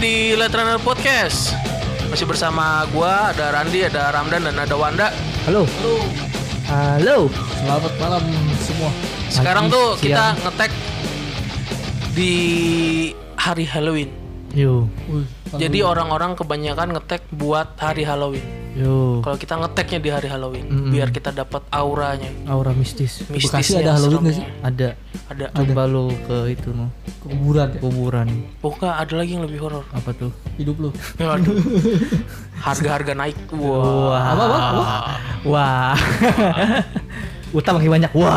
di Let Runner Podcast. Masih bersama gua, ada Randi, ada Ramdan, dan ada Wanda. Halo. Selamat malam semua. Sekarang tuh kita nge-tag di hari Halloween. Yo. Jadi orang-orang kebanyakan nge-tag buat hari Halloween. Yo. Kalau kita nge-tagnya di hari Halloween, biar kita dapat auranya. Aura mistis. Bekasi ada Halloween nggak sih? Ada. Ada. Coba lu ke itu no. Kuburan ya? Kuburan. Pokoknya ada lagi yang lebih horor. Apa tuh? Hidup lu. Aduh. Harga-harga naik. Wah. Apa? Wah. Utang makin banyak. Wah.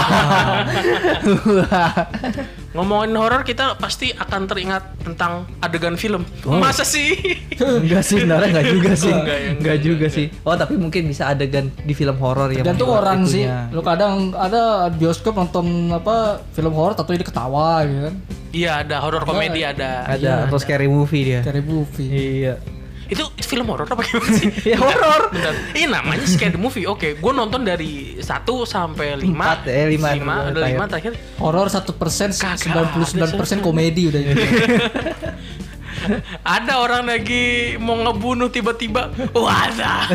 Ngomongin horor, kita pasti akan teringat tentang adegan film. Oh. Masa sih? Enggak sih, sebenarnya enggak juga sih. Enggak juga sih. Oh, tapi mungkin bisa adegan di film horor yang Tergantung orang sih. itunya. Lu kadang ada bioskop nonton apa film horor tapi dia ketawa gitu kan. Iya, ada horor komedi ada. Ada atau scary movie dia. Scary movie. Iya. Itu film horor apa gimana sih? Ya horor. Bentar. Ini namanya scary movie. Oke, gue nonton dari 1 sampai 5. 5 ada 5 terakhir. Horor 1%, Kagak 99% komedi udah gitu. Ada orang lagi mau ngebunuh tiba-tiba. Wadah.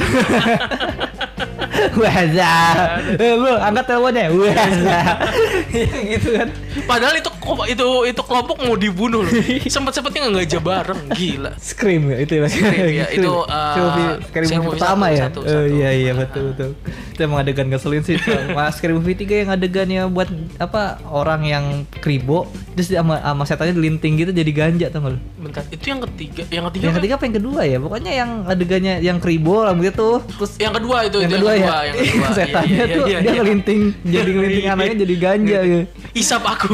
Wah, lu angkat teleponnya. Wah. Gitu kan. Padahal itu kelompok mau dibunuh loh. Sempet-sempetnya nggak bareng, gila. Scream ya itu ya. Scream, ya. Itu, Scream Scream movie movie pertama ya. satu. Iya betul. Itu emang adegan ngeselin sih. Mas Scream movie 3 yang adegannya buat apa orang yang kribo terus sama setannya dilinting gitu jadi ganja tau gak lu? Bentar, itu yang ketiga. Yang Yang ketiga apa yang kedua ya? Pokoknya yang adegannya yang kribo rambutnya tuh terus yang kedua itu yang kedua ya. yang kedua. Setannya tuh dia ngelinting jadi ngelinting anaknya jadi ganja gitu. Isap aku.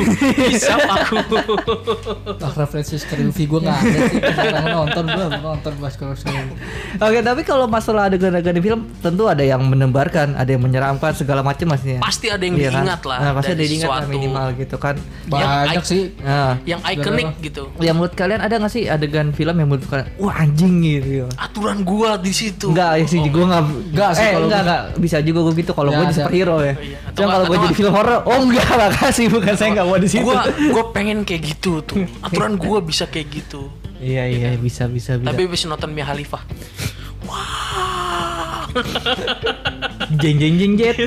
Referensi scary movie gue nggak ada sih. Jarang nonton Scary. Oke, tapi kalau masalah adegan-adegan di film tentu ada yang menebarkan, ada yang menyeramkan segala macam maksudnya. Pasti ada yang Iya kan? diingat lah. Nah, pasti ada dari yang diingat lah sesuatu. minimal gitu kan. Banyak sih. Nah, Yang ikonik gitu. yang menurut kalian ada nggak sih adegan film yang menurut kalian wah anjing gitu? Aturan gua di situ. Enggak ya sih, gue nggak. Enggak sih kalau enggak bisa juga gue gitu kalau Ya, gue jadi ada. superhero ya. Iya. Cuma kalau gue Atau jadi film horor, oh enggak makasih bukan saya nggak mau di situ. Gua pengen kayak gitu tuh. Aturan gua bisa kayak gitu. Iya bisa. Tapi habis nonton Mia Khalifah. Wah. jeng jet.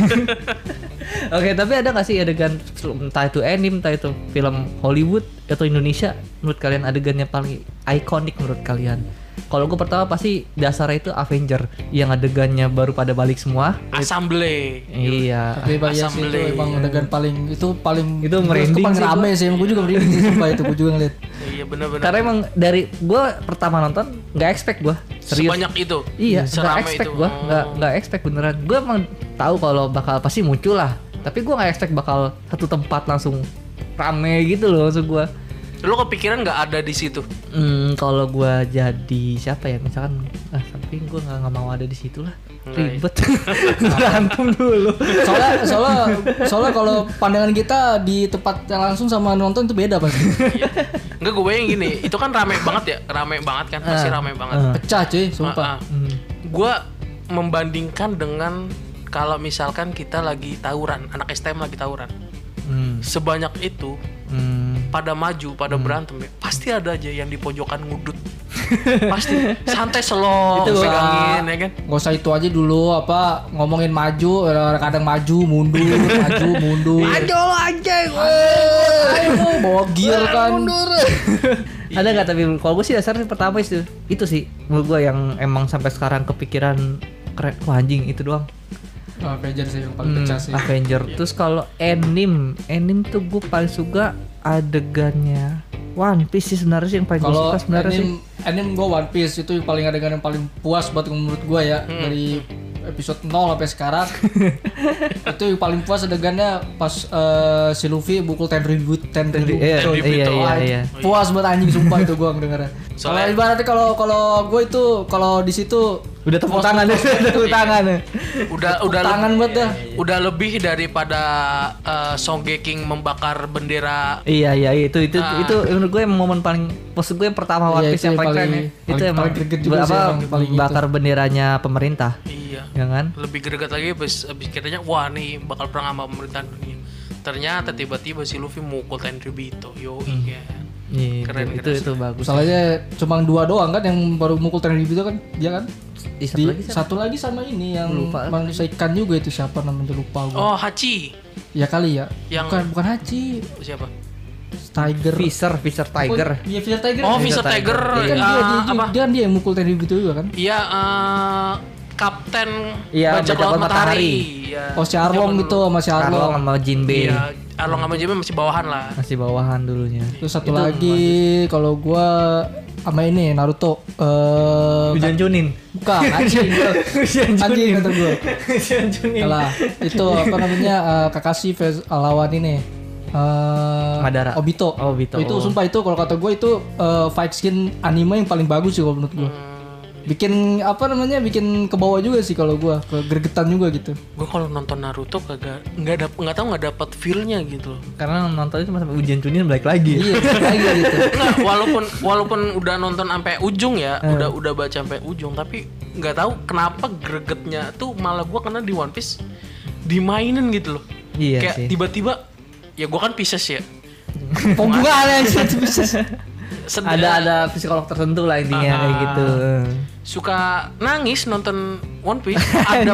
Oke, tapi ada nggak sih adegan entah itu anime, entah itu film Hollywood atau Indonesia menurut kalian adegannya paling ikonik menurut kalian? Kalau gue pertama pasti dasarnya itu Avenger yang adegannya baru pada balik semua. Assemble. Iya. Tapi banyak sih itu emang adegan paling itu itu merinding paling sih rame sih. Gue juga merinding sih sumpah itu gue juga ngeliat. Iya benar-benar. Karena emang dari gue pertama nonton nggak expect gue serius. Sebanyak itu. Iya, nggak Serame expect itu. gue, nggak expect beneran. Gue emang tahu kalau bakal pasti muncul lah. Tapi gue nggak expect bakal satu tempat langsung rame gitu loh maksud gue. Lo kepikiran nggak ada di situ? Kalau gue jadi siapa ya misalkan, tapi gue nggak mau ada di situ lah. Ribet, berantem dulu. Soalnya kalau pandangan kita di tempat yang langsung sama nonton itu beda pasti. Enggak, gue bayangin gini, itu kan rame banget ya, rame banget kan, pasti rame banget. Pecah cuy, sumpah. Gue membandingkan dengan kalau misalkan kita lagi tawuran, anak STM lagi tawuran, sebanyak itu pada maju, pada berantem ya, pasti ada aja yang di pojokan ngudut. Pasti santai slow, Itu pegangin ya kan. Gak usah itu aja dulu apa ngomongin maju, kadang maju mundur, maju mundur. Ajo lo anjing. Ayo bawa gear kan. Ada nggak tapi kalau gue sih dasarnya pertama itu sih menurut gue yang emang sampai sekarang kepikiran keren. Wah anjing itu doang. Avenger sih yang paling pecah sih. Avenger. Terus kalau anime tuh gue paling suka adegannya One Piece sih sebenarnya sih yang paling gue Kalau suka sebenarnya sih. anime gue One Piece itu yang paling adegan yang paling puas buat menurut gue ya dari episode 0 sampai sekarang. Itu yang paling puas adegannya pas si Luffy bukul 10.000 Iya. Puas buat anjing sumpah itu gue ngedengarnya. Soalnya ibaratnya kalau gue itu kalau di situ Udah tepuk tangan deh, tepuk tangan. Udah tangan buat dah. Udah lebih daripada Sogeking membakar bendera. Iya itu menurut gue momen paling maksud gue yang pertama One Piece yang paling keren ya. Itu emang greget juga sih, emang paling bakar benderanya pemerintah. Iya. Ya kan? Lebih greget lagi abis katanya wah nih bakal perang sama pemerintahan dunia. Ternyata tiba-tiba si Luffy mukul Tenryubito. Yo iya. Iya, Keren, itu bagus. Soalnya cuma 2 doang kan yang baru mukul Tenryubi itu kan dia kan. Satu lagi Satu lagi sama ini yang Lupa. manusia ikan juga itu siapa namanya lupa gua. Oh, Hachi. Ya kali ya. Yang- Bukan Hachi. Siapa? Tiger. Fisher Tiger. Iya Fisher Tiger. Oh, Fisher Fisher Tiger. Dia kan apa? dia yang mukul Tenryubi itu juga kan. Iya, Kapten Iya, Bajak Laut Matahari. Iya. Oh si Arlong Zaman gitu sama si Arlong Arlong. sama Jinbei. Iya, Arlong sama Jimmy masih bawahan lah. Masih bawahan dulunya. Terus satu lagi kalau gua sama ini Naruto Hujan Chunin. bukan anjing kata gua. Hujan Chunin. Kalah. Itu apa namanya Kakashi vs lawan ini Madara. Obito. Oh, Obito. Itu sumpah itu kalau kata gue itu fight scene anime yang paling bagus sih kalau menurut gue. Bikin apa namanya bikin ke bawah juga sih kalau gue gregetan juga gitu. Gue kalau nonton Naruto nggak dapat feel-nya gitu loh. Karena nontonnya cuma sampai Hujan Chunin balik lagi. Iya kayak gitu. Nggak, walaupun udah nonton sampai ujung ya, udah baca sampai ujung, tapi nggak tahu kenapa gregetnya tuh malah gue karena di One Piece dimainin gitu loh. Iya Kayak sih. tiba-tiba ya gue kan Pisces ya. Pembukaan yang bisa. Ada psikolog tertentu lah intinya kayak gitu. Suka nangis nonton One Piece. Ada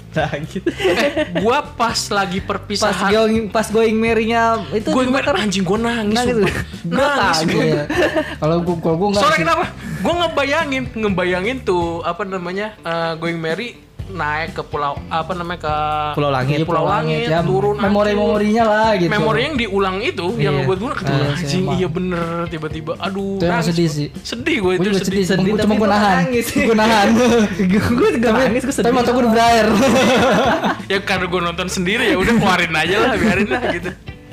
gua pas lagi perpisahan. Pas going merry-nya itu Gue gimana? anjing gue nangis. Nangis. Nangis gue. Iya. Kalau gue nggak. Soalnya sih. kenapa? Gue ngebayangin tuh apa namanya Going Merry naik ke pulau apa namanya ke Pulau Langit. Iya, Pulau Langit, ya, turun memori-memorinya lah gitu. memori yang diulang itu yang Iya. ngebuat gue ketemu Iya, anjing emang. iya bener tiba-tiba aduh Itu yang nangis sedih gua. sih. Sedih gue Gue itu juga sedih. sedih, cuma tapi gue gua nahan. nangis. Gue nahan. Gue juga nangis, gue sedih. Tapi mata gue udah berair. Ya karena gue nonton sendiri ya udah keluarin aja lah biarin lah gitu.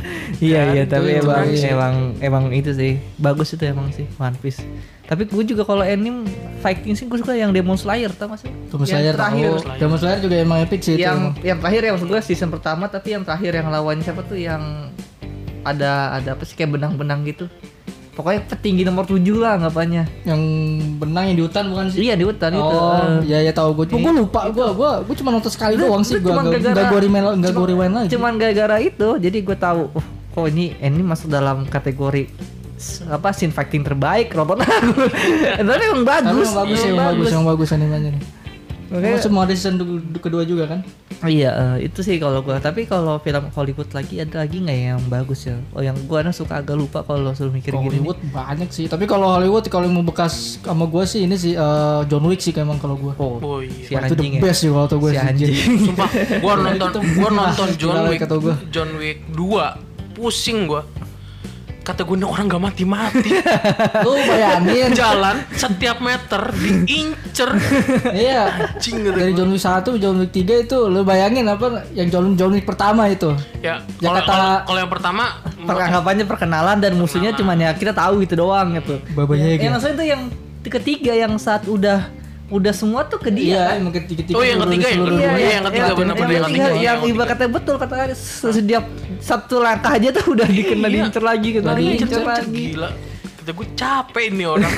Iya tapi itu emang itu sih bagus itu emang sih One Piece. Tapi gue juga kalau anime fighting sih gue suka yang Demon Slayer tau gak sih? Demon Slayer terakhir. Demon Slayer juga emang epic sih itu. Yang terakhir ya maksud gue season pertama tapi yang terakhir yang lawannya siapa tuh yang ada apa sih kayak benang-benang gitu. Pokoknya petinggi nomor 7 lah anggapannya. Yang benang yang di hutan bukan sih? Iya di hutan itu. Oh, iya tahu gue. Gue lupa gue cuma nonton sekali doang sih gue. Enggak gue rewind lagi. Cuman gara-gara itu jadi gue tahu kok ini masuk dalam kategori apa scene fighting terbaik nonton aku. Tapi emang bagus. Emang bagus animenya nih. Makanya, Semua ada season kedua juga kan? iya itu sih kalau gua. Tapi kalau film Hollywood lagi ada lagi nggak yang bagus ya? Oh yang gua suka agak lupa kalau suruh mikir Kalau gini. Hollywood banyak sih. Tapi kalau Hollywood kalau yang mau bekas sama gue sih ini sih John Wick sih emang kalau gue. Oh, Oh iya. si Itu anjing the ya. best sih kalau tau gue Si sih. anjing. Sumpah, gua nonton John gila, Wick, kata gua. John Wick 2, pusing gua. Kata gue ini orang gak mati-mati. Lu bayangin. Jalan setiap meter diincer. Iya. Anjing gitu. Dari John Wick 1 John Wick 3 itu lu bayangin apa yang John Wick pertama itu. Ya, Ya kalau kata- kalau yang pertama Peranggapannya perkenalan dan musuhnya cuman ya kita tahu gitu doang gitu. Babanya Ya, gitu. maksudnya itu yang ketiga yang saat udah semua tuh ke dia. Iya, kan? emang ketiga. Oh, yang ketiga, yang seluruh kedua. dunia. Iya, yang ketiga, benar-benar yang yang ketiga ketiga. yang Yang ibaratnya betul kata setiap satu langkah aja tuh udah dikena Iya. diincer lagi gitu. Lagi Diincer incer lagi. gila. Kata gue capek nih orang.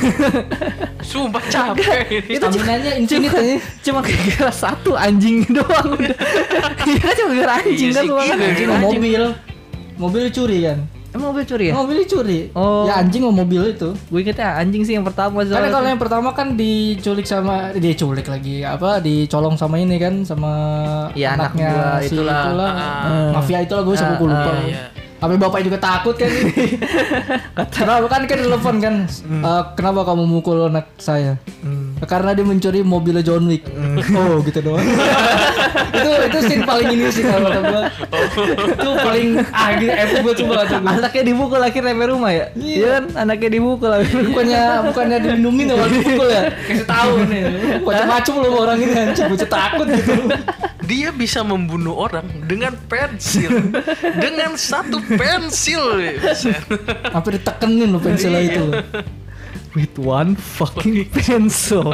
Sumpah capek ini. Itu Staminanya infinite aja. Cuma gara-gara satu anjing doang udah. Iya cuma gara anjing Iya kan sih, semua iya, kan. Anjing mau mobil. Mobil curi kan? Emang mobil curi ya? Mobil dicuri. Oh. Ya anjing mau mobil itu. Gue ingetnya anjing sih yang pertama Karena kalau yang pertama kan diculik lagi apa dicolong sama ini kan sama Iya, anak anaknya gua si itulah. mafia itulah gue sampai lupa. Iya. Sampai bapaknya juga takut kan ini. Kenapa kan telepon kan? Kenapa kamu mukul anak saya? Karena dia mencuri mobilnya John Wick. Oh gitu doang. itu scene paling ini sih kalau kata gua. Itu paling gitu epic buat coba kata gua. anaknya dibukul akhirnya sampai rumah ya? Iya kan anaknya dibukul akhirnya. Bukannya dilindungi sama dipukul ya? Kasih tahu nih. Macam-macam lu orang ini anjing bocah takut gitu. Dia bisa membunuh orang dengan pensil. Dengan satu pensil. Sampai ditekenin lo pensilnya itu lo. With one fucking pencil.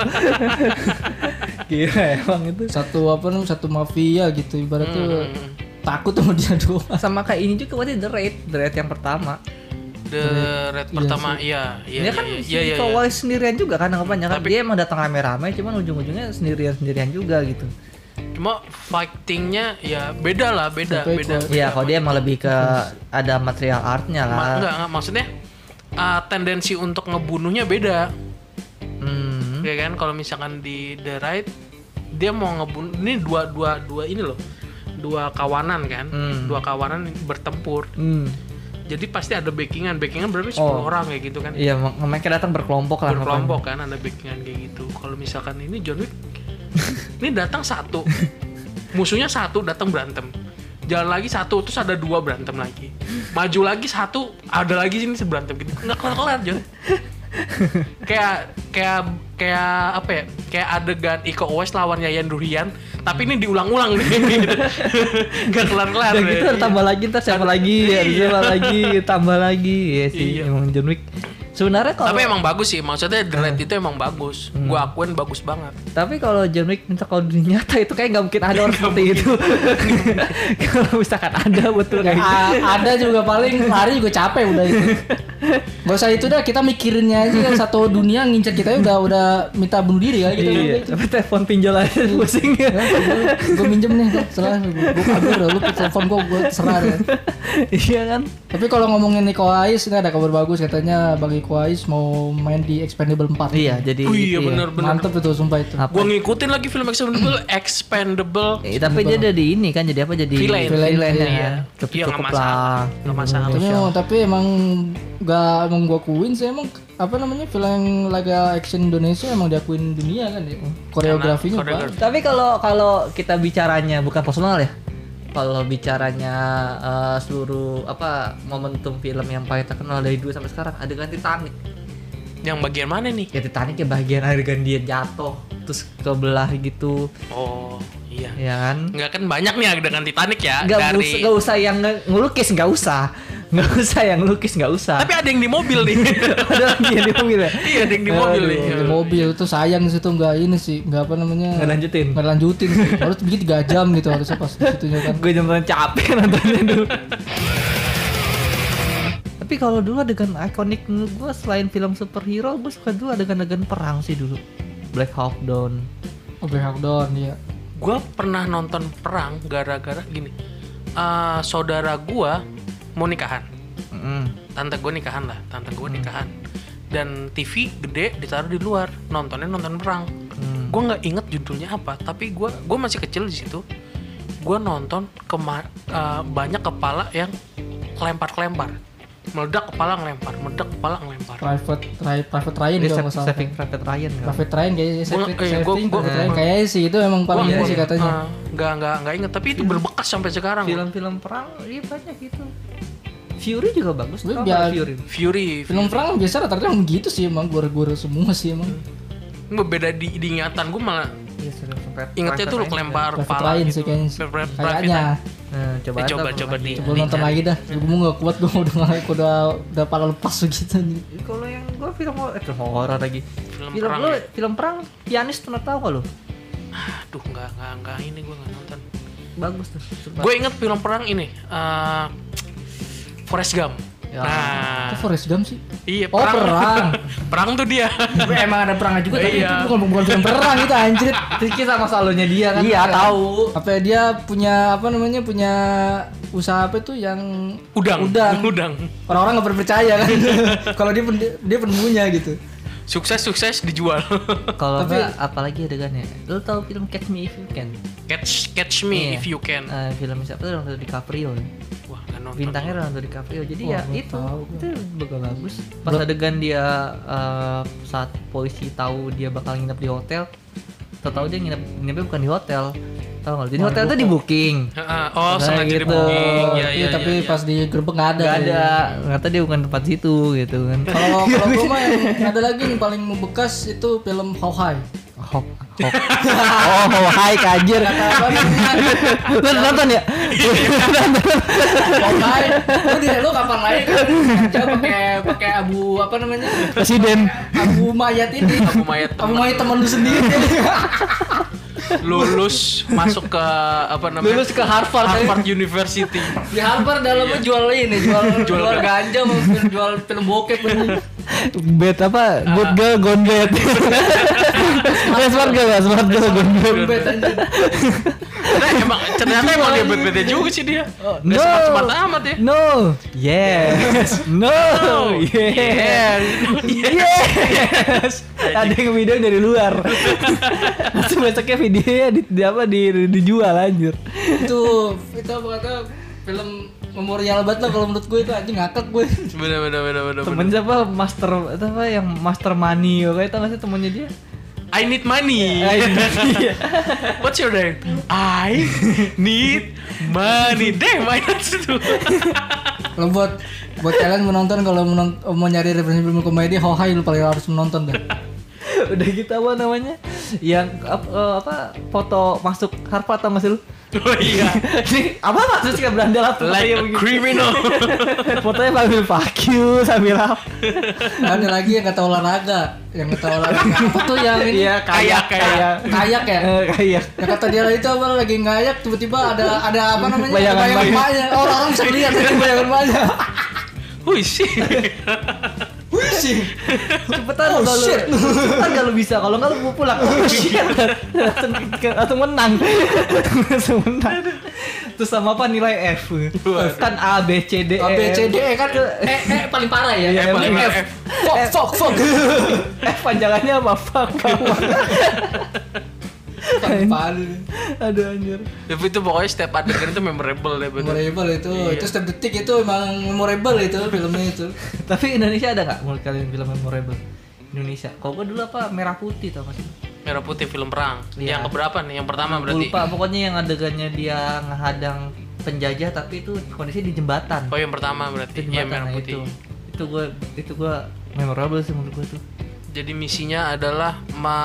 Gila emang itu. Satu mafia gitu ibaratnya takut sama dia doang. Sama kayak ini juga waktu The Raid yang pertama. The Red pertama iya. Dia kan si iya. Iko Uwais sendirian juga kan anggapannya kan. Tapi- Dia emang datang rame-rame cuman ujung-ujungnya sendirian juga gitu. Cuma fightingnya ya beda lah, beda. Tapi Iya, kalau dia emang lebih ke ada material artnya lah. Enggak, maksudnya tendensi untuk ngebunuhnya beda. Ya kan, kalau misalkan di The Raid dia mau ngebunuh, ini dua ini loh, dua kawanan kan, dua kawanan bertempur. Jadi pasti ada backingan berarti 10 orang kayak gitu kan. Iya, mereka datang berkelompok lah. Berkelompok kan, ada backingan kayak gitu. Kalau misalkan ini John Wick, ini datang satu, musuhnya satu datang berantem, jalan lagi satu, terus ada 2 berantem lagi, maju lagi satu, ada lagi sini berantem gitu, nggak kelar John. kayak apa ya? Kayak adegan Iko Uwais lawan Yayan Ruhian, tapi ini diulang-ulang nih. Gak kelar-kelar. Dan gitu tambah lagi, ntar siapa lagi, siapa lagi, tambah lagi. Ya sih, emang John Wick. Sebenarnya kalau tapi emang bagus sih, maksudnya The Raid itu emang bagus. Gua akuin bagus banget. Tapi kalau John Wick minta kalau di nyata itu kayak nggak mungkin ada orang seperti itu. Kalau misalkan ada betul kayak gitu. Ada juga paling lari juga capek udah itu. Gak usah itu dah, kita mikirinnya aja kan satu dunia ngincer kita udah minta bunuh diri ya gitu. Iya, tapi telepon pinjol aja pusing. Gue minjem nih, serah gue kabur, lu telepon gue serah ya. Iya kan? Tapi kalau ngomongin Iko Uwais, ini ada kabar bagus katanya bagi Iko Uwais mau main di Expendable 4. Iya, jadi iya benar. Mantep itu sumpah itu. Gua ngikutin lagi film Expendable. Tapi dia ada di ini kan, jadi apa, jadi Villain. ya. Cukup lah. Nggak masalah. Tapi emang gak emang gua akuin sih, emang apa namanya, film laga action Indonesia emang diakuin dunia kan ya. Koreografinya bagus. Tapi kalau kita bicaranya bukan personal ya. Kalau bicaranya seluruh momentum film yang paling terkenal dari dulu sampai sekarang, adegan Titanic. Yang bagian mana nih? Ya Titanic ya, bagian adegan dia jatuh terus kebelah gitu. Oh iya. Ya kan? Enggak kan banyak nih adegan Titanic ya. Nggak usah yang ngelukis, nggak usah yang lukis, nggak usah. Tapi ada yang di mobil nih. Ada lagi yang di mobil ya? Iya, ada yang di mobil nih. Di mobil itu sayang sih tuh, nggak ini sih, nggak apa namanya, nggak lanjutin sih. Harus bikin 3 jam gitu harusnya pas situnya kan. Gue jam capek nontonnya dulu. Tapi kalau dulu adegan ikonik menurut gue selain film superhero, gue suka dulu adegan perang sih dulu. Black Hawk Down. Oh, Black Hawk Down ya. Gue pernah nonton perang gara-gara gini. Saudara gue mau nikahan. Tante gue nikahan. Dan TV gede ditaruh di luar, nonton perang. Gue nggak inget judulnya apa, tapi gue masih kecil di situ. Gue nonton banyak kepala yang kelempar, meledak kepala ngelempar. Private Ryan kalau nggak salah. Saving Private Ryan. Private Ryan kayaknya sih itu emang paling ini sih katanya. Nggak inget, tapi itu berbekas sampai sekarang. Film-film perang iya banyak gitu. Fury juga bagus. Fury. Film perang biasa rata-rata emang gitu sih, emang gore-gore semua sih emang. Beda di ingatan gue malah. Ingatnya tuh lu kelempar kepala gitu. Kayaknya. Coba nonton lagi dah. Gue nggak kuat, gue udah pala lepas begitu nih. Kalau yang gue film horor lagi. Film perang Pianis pernah tahu gak lo? Aduh nggak ini gue nggak nonton. Bagus tuh. Gue inget film perang ini. Forrest Gump. Ya. Kok Forrest Gump sih? Iya, perang. Perang tuh dia. Emang ada perangnya juga, tapi iya. Itu bukan film perang itu anjir. Kisah masa lalunya dia kan. Iya, tahu. Apa dia punya punya usaha apa tuh yang udang. Orang-orang enggak percaya kan. Kalau dia penemunya gitu. Sukses dijual. Kalau enggak apalagi adegannya. Lu tahu film Catch Me If You Can? Catch Me If You Can. Film siapa tuh, Leonardo DiCaprio. Wah, enggak nonton. Bintangnya Leonardo DiCaprio. Jadi itu bagus. Pas adegan dia saat polisi tahu dia bakal nginep di hotel. Tahu dia nginepnya bukan di hotel. Tahu enggak? Jadi hotel itu di booking. Sengaja gitu. Di booking. Iya, tapi pas di gerbek enggak ada. Enggak ada. Ternyata dia bukan tempat situ gitu kan. Kalau gua mah yang ada lagi yang paling membekas itu film How High. Oh, hai kajir. Lu nonton ya? Lu kapan lagi kan? Coba pakai abu apa namanya? Presiden. Abu mayat ini. Abu mayat teman lu sendiri. Lulus masuk ke Lulus ke Harvard University. Di Harvard dalamnya jual ganja, mau jual film bokep ini. Bad apa? Good girl gone bad. Smart girl gone bad anjir. Nah, ternyata emang dia bad-badnya juga sih dia. No. Smart amat ya. No. Yes. No. Yes. Yes. Ada yang video dari luar. Langsung besoknya videonya dijual anjir. Itu apa kata film memorial banget lah kalau menurut gue itu anjing ngakak gue. Bener. Temen siapa yang master money kayak tau gak sih temennya dia? I need money. What's your name? I need money. Damn, I need itu. Kalau buat kalian menonton kalau mau nyari referensi film komedi, Hohai lu paling harus menonton deh. Udah gitu apa namanya? Yang apa foto masuk Harvard tau gak sih lu? Oh iya. Ini apa maksudnya berandal apa? Like a criminal. Fotonya sambil fuck you sambil apa? Ada lagi yang kata olahraga, apa tuh yang ini? Iya, kayak ya. kayak. Yang kata dia itu apa lagi ngayak tiba-tiba ada apa namanya? Bayangan banyak. Orang bisa lihat bayangan banyak. Wih sih. Cepetan kalau bisa, kalau enggak lu mau pulang. Langsung menang. Terus sama apa nilai F? Kan A B C D E kan paling parah ya. Iya, paling F. Fuck. F panjangannya apa? Fuck. Aduh anjir. Tapi itu pokoknya setiap adegan itu memorable ya bener. Memorable itu. Iya. Itu setiap detik itu emang memorable itu filmnya itu. Tapi Indonesia ada enggak menurut kalian film memorable? Indonesia. Kalau gua dulu apa Merah Putih tau gak sih? Merah Putih film perang. Iya. Yang keberapa nih? Yang pertama berarti. Lupa pokoknya yang adegannya dia ngehadang penjajah tapi itu kondisi di jembatan. Oh, yang pertama berarti. Itu Iya, jembatan, Merah Putih. Itu gua memorable sih menurut gua tuh. Jadi misinya adalah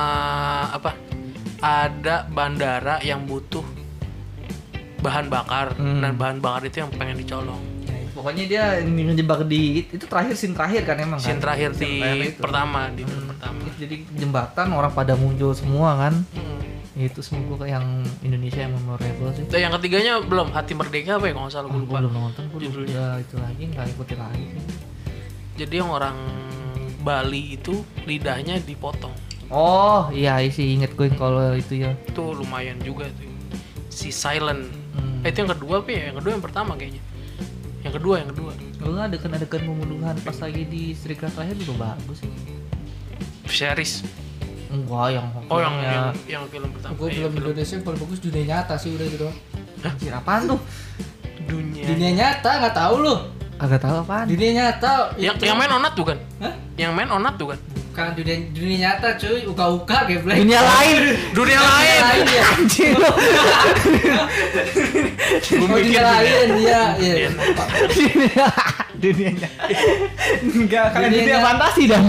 ada bandara yang butuh bahan bakar dan bahan bakar itu yang pengen dicolong. Ya, pokoknya dia ngejebak di itu scene terakhir kan emang Scene kan? terakhir di itu. pertama di film pertama. Jadi jembatan orang pada muncul semua kan. Itu semua gua yang Indonesia yang memorable sih. Yang ketiganya belum, Hati Merdeka apa ya kalau nggak salah, gue lupa. Belum nonton, judulnya. Itu lagi nggak ikutin lagi. Jadi yang orang Bali itu lidahnya dipotong. Oh iya sih inget gue kalau itu ya. Itu lumayan juga tuh. Si Silent. Itu yang kedua apa ya? Yang kedua yang pertama kayaknya. Yang kedua. Lu adegan pembunuhan pas lagi di Serigala Terakhir juga bagus sih. Series. Enggak yang film pertama. Gue film Indonesia yang paling bagus Dunia Nyata sih udah gitu. Anjir apaan tuh? Dunia Nyata nggak tahu lu? Agak tahu apaan? Dunia Nyata. Yang main Onat tuh kan? Hah? Yang main Onat tuh kan? Bukan dunia nyata cuy, uka-uka gameplay. Dunia lain ya. Anjir. Dunia lain ya. Dunianya. Enggak, kan dunia fantasi dong.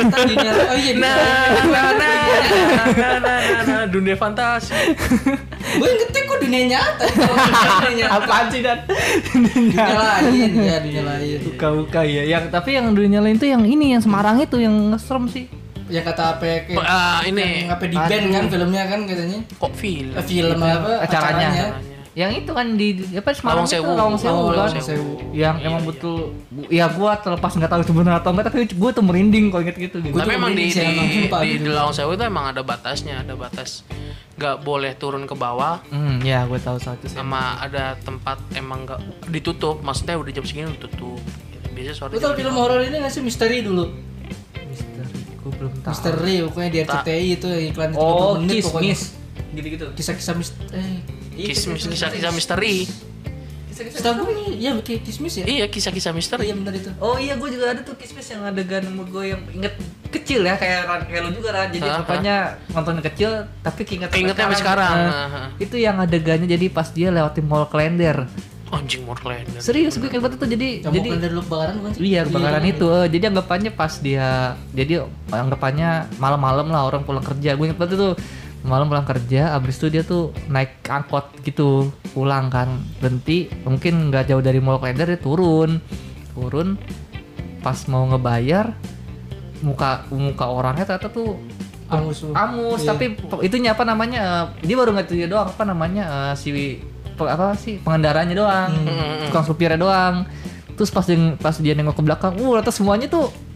Dunia fantasi. Gue ngetik kok dunia nyata. Apaan sih dan? Dunia lain. Buka ya. Yang dunia lain tuh yang ini yang Semarang itu yang ngeserem sih. Ya kata apa ini apa di band kan filmnya kan katanya. Kok film? Film apa acaranya. Yang itu kan di apa Semarang Lawang Sewu. Yang emang betul ya gua terlepas enggak tahu itu benar atau enggak tapi gua tuh merinding kalau inget gitu. Tapi emang di Lawang Sewu itu emang ada batasnya, ada batas nggak boleh turun ke bawah. Ya gue tahu soal itu sih. Sama ada tempat emang nggak ditutup, maksudnya udah jam segini ditutup. Biasanya sore. Lu tau film horor ini nggak sih Misteri dulu? Gue belum tahu. Misteri pokoknya di RCTI itu iklan 30 menit pokoknya. Gitu-gitu. Kisah-kisah kisah-kisah misteri. Setahu gue iya kismis ya? Iya, kisah-kisah misteri. Iya benar itu. Oh iya, gue juga ada tuh kismis yang adegan gue yang inget kecil ya kayak lu juga Ran. Jadi apanya nontonnya kecil tapi keingetnya sampai sekarang. Itu yang adegannya jadi pas dia lewatin Mall Klender. Anjing Mall Klender. Serius gue inget itu jadi Klender lu kebakaran bukan sih? Iya, kebakaran itu. Jadi anggapannya pas dia anggapannya malam-malam lah orang pulang kerja. Gue inget banget tuh. Malam pulang kerja, abis itu dia tuh naik angkot gitu pulang kan, berhenti mungkin nggak jauh dari Mall Klender dia turun pas mau ngebayar muka Iya. orangnya ternyata tuh angus tapi itunya apa namanya dia baru nggak dia doang apa namanya pengendaranya doang tukang supirnya doang. Terus pas dia nengok ke belakang ternyata semuanya tuh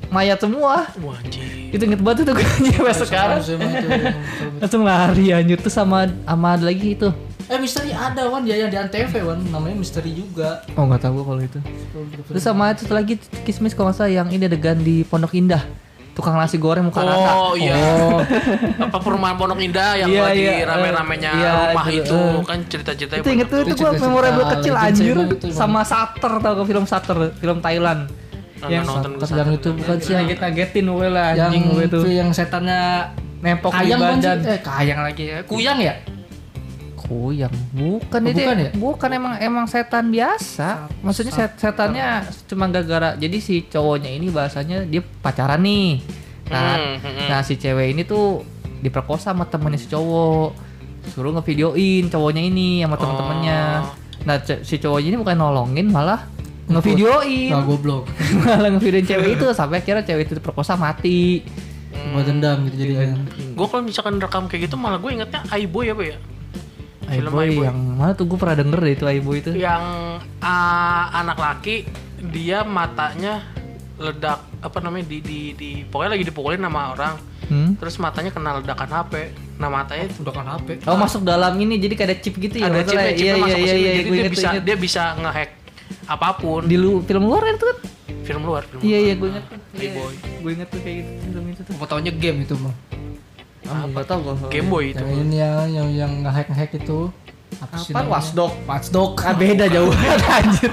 mayat semua. Wah, anjir. Itu inget banget tuh gue sampai sekarang. Langsung lari anjir tuh sama ada lagi itu. Misteri ada Wan, dia yang di Antv Wan, namanya Misteri juga. Oh nggak tahu kalau itu. Terus sama itu lagi Kismis kalau nggak salah yang ini adegan di Pondok Indah, tukang nasi goreng muka rata. Oh iya. Apa perumahan Pondok Indah yang Iya, lagi iya, rame-ramenya iya, rumah itu, itu kan cerita-ceritanya. Itu inget tuh itu gue cerita-cerita memorable kecil Legend anjir. Seven itu, Bang. Sama Sutter tau ke film Sutter, film Thailand. Yang nonton Yang itu bukan sih yang ngagetin gue lah yang anjing gue tuh. yang setannya Nempok di kayang kan badan. sih? Kayang lagi ya. Kuyang ya? Kuyang, bukan Oh, itu. bukan ya? Bukan emang setan biasa. Maksudnya setannya cuma gara-gara jadi si cowoknya ini bahasanya dia pacaran nih. Kan. Nah, si cewek ini tuh diperkosa sama temennya si cowok. Suruh ngevideoin cowoknya ini sama temen-temennya. Nah, si cowoknya ini bukan nolongin malah ngevideoin. Nah, goblok. Malah ngevideoin cewek itu sampai akhirnya cewek itu diperkosa mati. Buat dendam gitu jadinya. Gue kalau misalkan rekam kayak gitu malah gue ingetnya iBoy apa ya? Film Boy iBoy. yang mana tuh gue pernah denger deh itu Boy itu. Yang anak laki dia matanya ledak apa namanya di pokoknya lagi dipukulin sama orang. Terus matanya kena ledakan HP. Nah matanya itu Ledakan HP. Oh masuk dalam ini jadi kayak ada chip gitu ya. ada chipnya masuk ke sini. Jadi gue dia bisa ngehack apapun. di film luar itu kan. Film luar. Iya gue inget tuh. iBoy. Gue inget tuh kayak gitu film itu tuh. Apa taunya game itu, Bang? Apa tau gue. Game Boy itu. Yang ini yang nge-hack itu. Apa sih Apa namanya? Watchdog? Watchdog. Ah beda jauh anjir.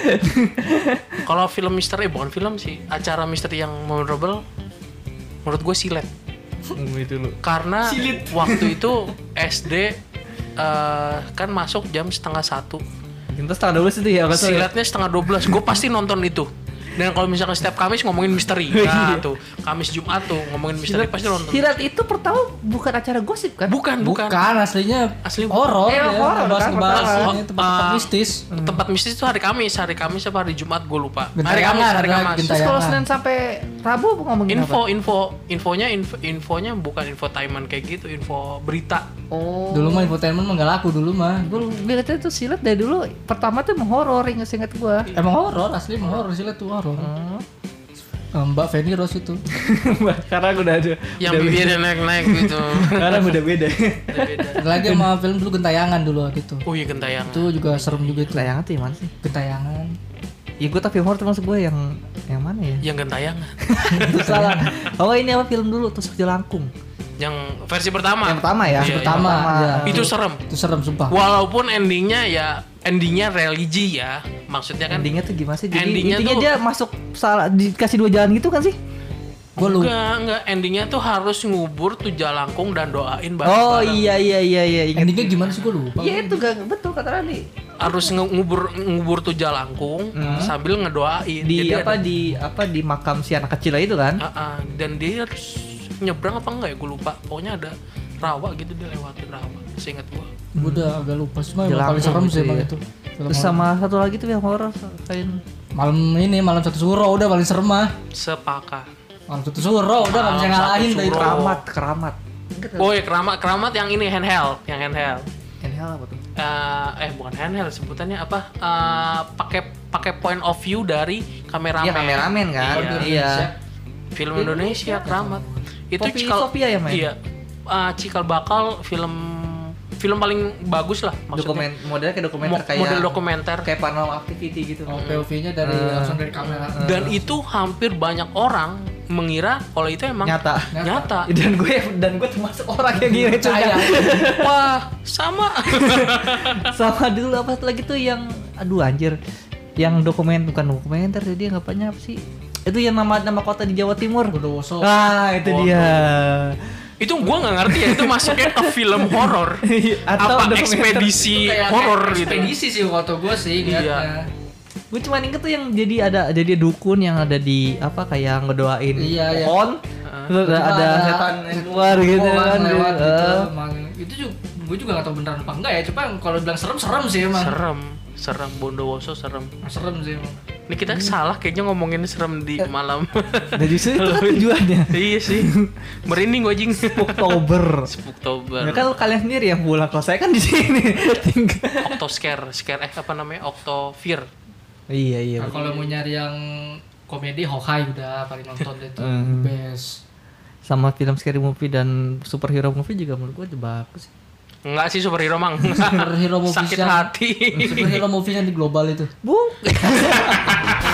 Kalau film misteri bukan film sih, acara misteri yang memorable menurut gue Silet. Itu lu. Karena waktu itu SD kan masuk jam 11:30. Itu setengah 12 itu ya apa tuh? Siletnya 11:30. Gue pasti nonton itu. Dan kalau misalkan setiap Kamis ngomongin misteri, nah tuh Kamis Jumat tuh ngomongin misteri pasti nonton. Silat itu pertama bukan acara gosip kan? Bukan. Bukan, aslinya Asli horor. horor, bahas kan, bahas pertama. ini tempat mistis. Tempat mistis itu hari Kamis apa hari Jumat gue lupa. Gentayangan, hari ada Kamis. Terus kalau Tayangan. Senin sampai Rabu ngomongin apa? Infonya bukan infotainment kayak gitu, info berita. Oh. Dulu mah infotainment mah nggak laku dulu mah. Gue lihatnya tuh silat dari dulu pertama tuh emang horor inget gua. Emang horor, asli emang horor sih tuh horor. Mbak Feni Rose itu. Sekarang udah ada. Yang bibirnya naik-naik gitu. Sekarang udah beda. Beda. Lagi sama film dulu Gentayangan dulu gitu. Oh iya gentayangan. Itu juga serem juga itu. Tayangan tuh yang mana sih? Gentayangan. Ya gue tapi horor tuh maksud gue yang mana ya? Yang gentayangan. Itu salah. Oh ini apa film dulu Tusuk Jelangkung. Yang versi pertama. Yang pertama ya. Iya, Pertama, ya. Itu serem. Itu serem sumpah. Walaupun endingnya religi ya. Maksudnya kan Endingnya tuh gimana sih? Jadi Endingnya intinya tuh- dia masuk salah dikasih 2 jalan gitu kan sih? Gue lupa. enggak. Endingnya tuh harus ngubur tuh jalangkung dan doain Oh bareng-bareng. iya ingat. Endingnya gimana sih gue lupa. Iya itu gak betul kata Rani. Harus ngubur tuh jalangkung sambil ngedoain. Di Jadi di makam si anak kecil itu kan? dan dia harus nyebrang apa enggak ya gue lupa. Pokoknya ada rawa gitu dia lewatin rawa. Seingat gue. Gue udah agak lupa semua emang Jelangkung paling serem gitu sih emang ya. itu. Film Terus horor. sama satu lagi tuh yang horor kayak malam satu suro udah paling serem mah. Sepakat. Malam satu suro udah nggak bisa Malam ngalahin Satu dari Suro. keramat. Boy, keramat yang ini handheld. Ini hal apa tuh? Bukan handheld sebutannya apa? Pakai point of view dari kameramen. Iya kameramen kan? Iya. Iya. Film Indonesia keramat. Itu Poppy Sofia ya, main? Iya. Cikal bakal film paling bagus lah maksudnya. Modelnya kayak dokumenter kayak Model dokumenter. kayak Paranormal Activity gitu. Oh, POV-nya dari langsung dari kamera. Dan itu hampir banyak orang mengira kalau itu emang Nyata. Dan gue termasuk orang yang ngira itu Percaya. Wah, sama. sama dulu apa lagi tuh yang aduh anjir yang bukan dokumenter jadi anggapannya apa sih itu yang nama kota di Jawa Timur Bondowoso. itu dia Itu gua nggak ngerti ya, itu masuknya ke film horor Atau apa dokumenter. ekspedisi Kayak horor gitu. ekspedisi sih waktu gue sih liatnya. gue cuma inget tuh yang jadi dukun yang ada di apa kayak ngedoain Iya, iya. pohon terus Tiba-tiba ada setan yang keluar gitu kan lewat gitu. Eh. Emang itu juga gue juga gak tau beneran apa enggak ya, cuma kalau bilang serem sih emang. Serem Bondowoso serem. Serem sih emang. Ini kita salah kayaknya ngomongin serem di malam. Dan justru itu kan tujuannya Iya sih. Merinding gua jing. Oktober Oktober. ya kan kalian sendiri yang pulang kalau saya kan di sini Octoscare, apa namanya? Octofear. iya Nah, kalau mau nyari yang komedi Hawkeye udah paling nonton itu best. Sama film scary movie dan superhero movie juga menurut gue bagus. Enggak sih superhero mang. Superhero movie Sakit hati. Superhero movie yang di global itu. Bu.